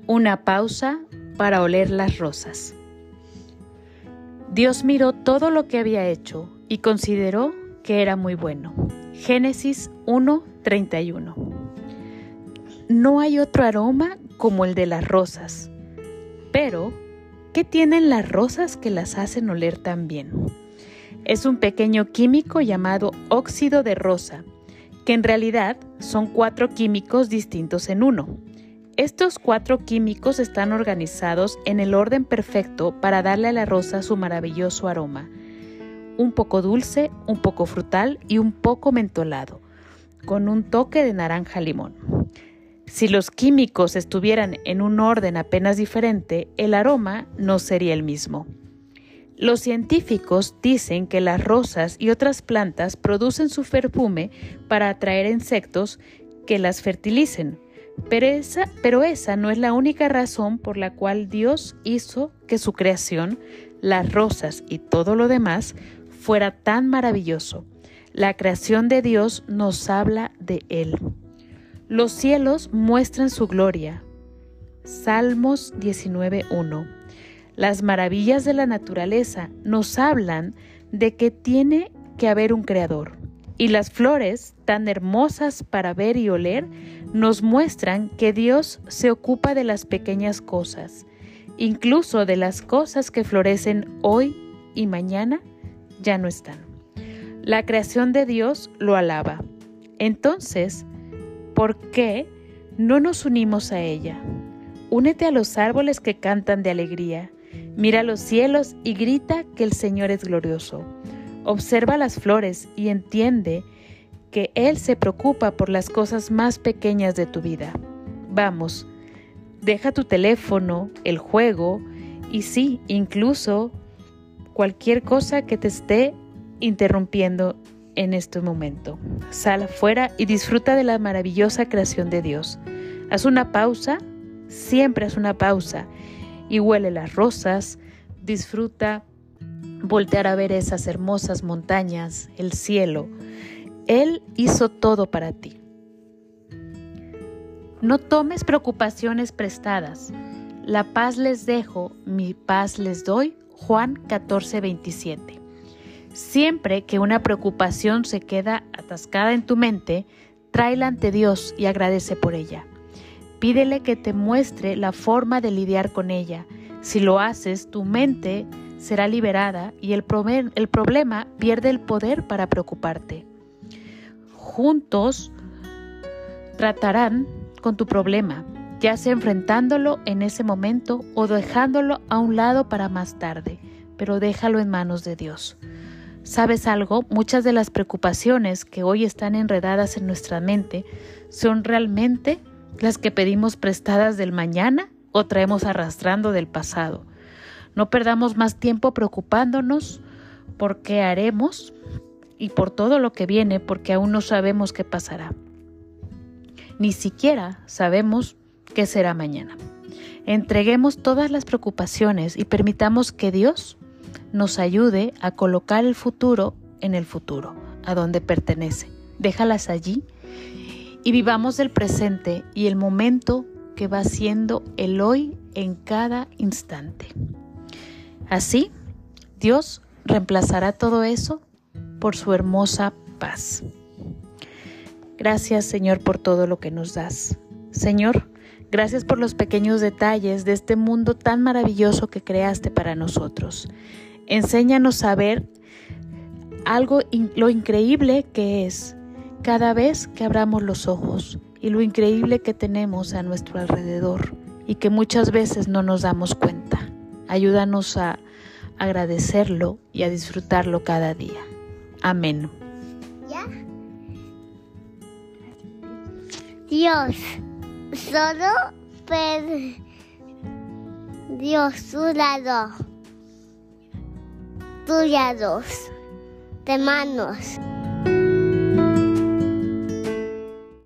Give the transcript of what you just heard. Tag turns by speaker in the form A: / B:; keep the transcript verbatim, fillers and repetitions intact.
A: Una pausa para oler las rosas. Dios miró todo lo que había hecho y consideró que era muy bueno. Génesis uno, treinta y uno. No hay otro aroma como el de las rosas. Pero, ¿qué tienen las rosas que las hacen oler tan bien? Es un pequeño químico llamado óxido de rosa, que en realidad son cuatro químicos distintos en uno. Estos cuatro químicos están organizados en el orden perfecto para darle a la rosa su maravilloso aroma. Un poco dulce, un poco frutal y un poco mentolado, con un toque de naranja limón. Si los químicos estuvieran en un orden apenas diferente, el aroma no sería el mismo. Los científicos dicen que las rosas y otras plantas producen su perfume para atraer insectos que las fertilicen. Pero esa, pero esa no es la única razón por la cual Dios hizo que su creación, las rosas y todo lo demás, fuera tan maravilloso. La creación de Dios nos habla de Él. Los cielos muestran su gloria. Salmos diecinueve uno. Las maravillas de la naturaleza nos hablan de que tiene que haber un creador. Y las flores, tan hermosas para ver y oler, nos muestran que Dios se ocupa de las pequeñas cosas, incluso de las cosas que florecen hoy y mañana ya no están. La creación de Dios lo alaba. Entonces, ¿por qué no nos unimos a ella? Únete a los árboles que cantan de alegría. Mira los cielos y grita que el Señor es glorioso. Observa las flores y entiende que Él se preocupa por las cosas más pequeñas de tu vida. Vamos, deja tu teléfono, el juego y sí, incluso cualquier cosa que te esté interrumpiendo en este momento. Sal afuera y disfruta de la maravillosa creación de Dios. Haz una pausa, siempre haz una pausa y huele las rosas, disfruta voltear a ver esas hermosas montañas, el cielo. Él hizo todo para ti. No tomes preocupaciones prestadas. La paz les dejo, mi paz les doy. Juan catorce veintisiete. Siempre que una preocupación se queda atascada en tu mente, tráela ante Dios y agradece por ella. Pídele que te muestre la forma de lidiar con ella. Si lo haces, tu mente será liberada y el, pro- el problema pierde el poder para preocuparte. Juntos tratarán con tu problema, ya sea enfrentándolo en ese momento o dejándolo a un lado para más tarde, pero déjalo en manos de Dios. ¿Sabes algo? Muchas de las preocupaciones que hoy están enredadas en nuestra mente son realmente las que pedimos prestadas del mañana o traemos arrastrando del pasado. No perdamos más tiempo preocupándonos por qué haremos y por todo lo que viene, porque aún no sabemos qué pasará. Ni siquiera sabemos qué será mañana. Entreguemos todas las preocupaciones y permitamos que Dios nos ayude a colocar el futuro en el futuro, a donde pertenece. Déjalas allí y vivamos el presente y el momento que va siendo el hoy en cada instante. Así, Dios reemplazará todo eso por su hermosa paz. Gracias, Señor, por todo lo que nos das. Señor, gracias por los pequeños detalles de este mundo tan maravilloso que creaste para nosotros. Enséñanos a ver algo, lo increíble que es cada vez que abramos los ojos y lo increíble que tenemos a nuestro alrededor y que muchas veces no nos damos cuenta. Ayúdanos a agradecerlo y a disfrutarlo cada día. Amén.
B: ¿Ya? Dios, solo per Dios, tu lado, tuyos, de manos.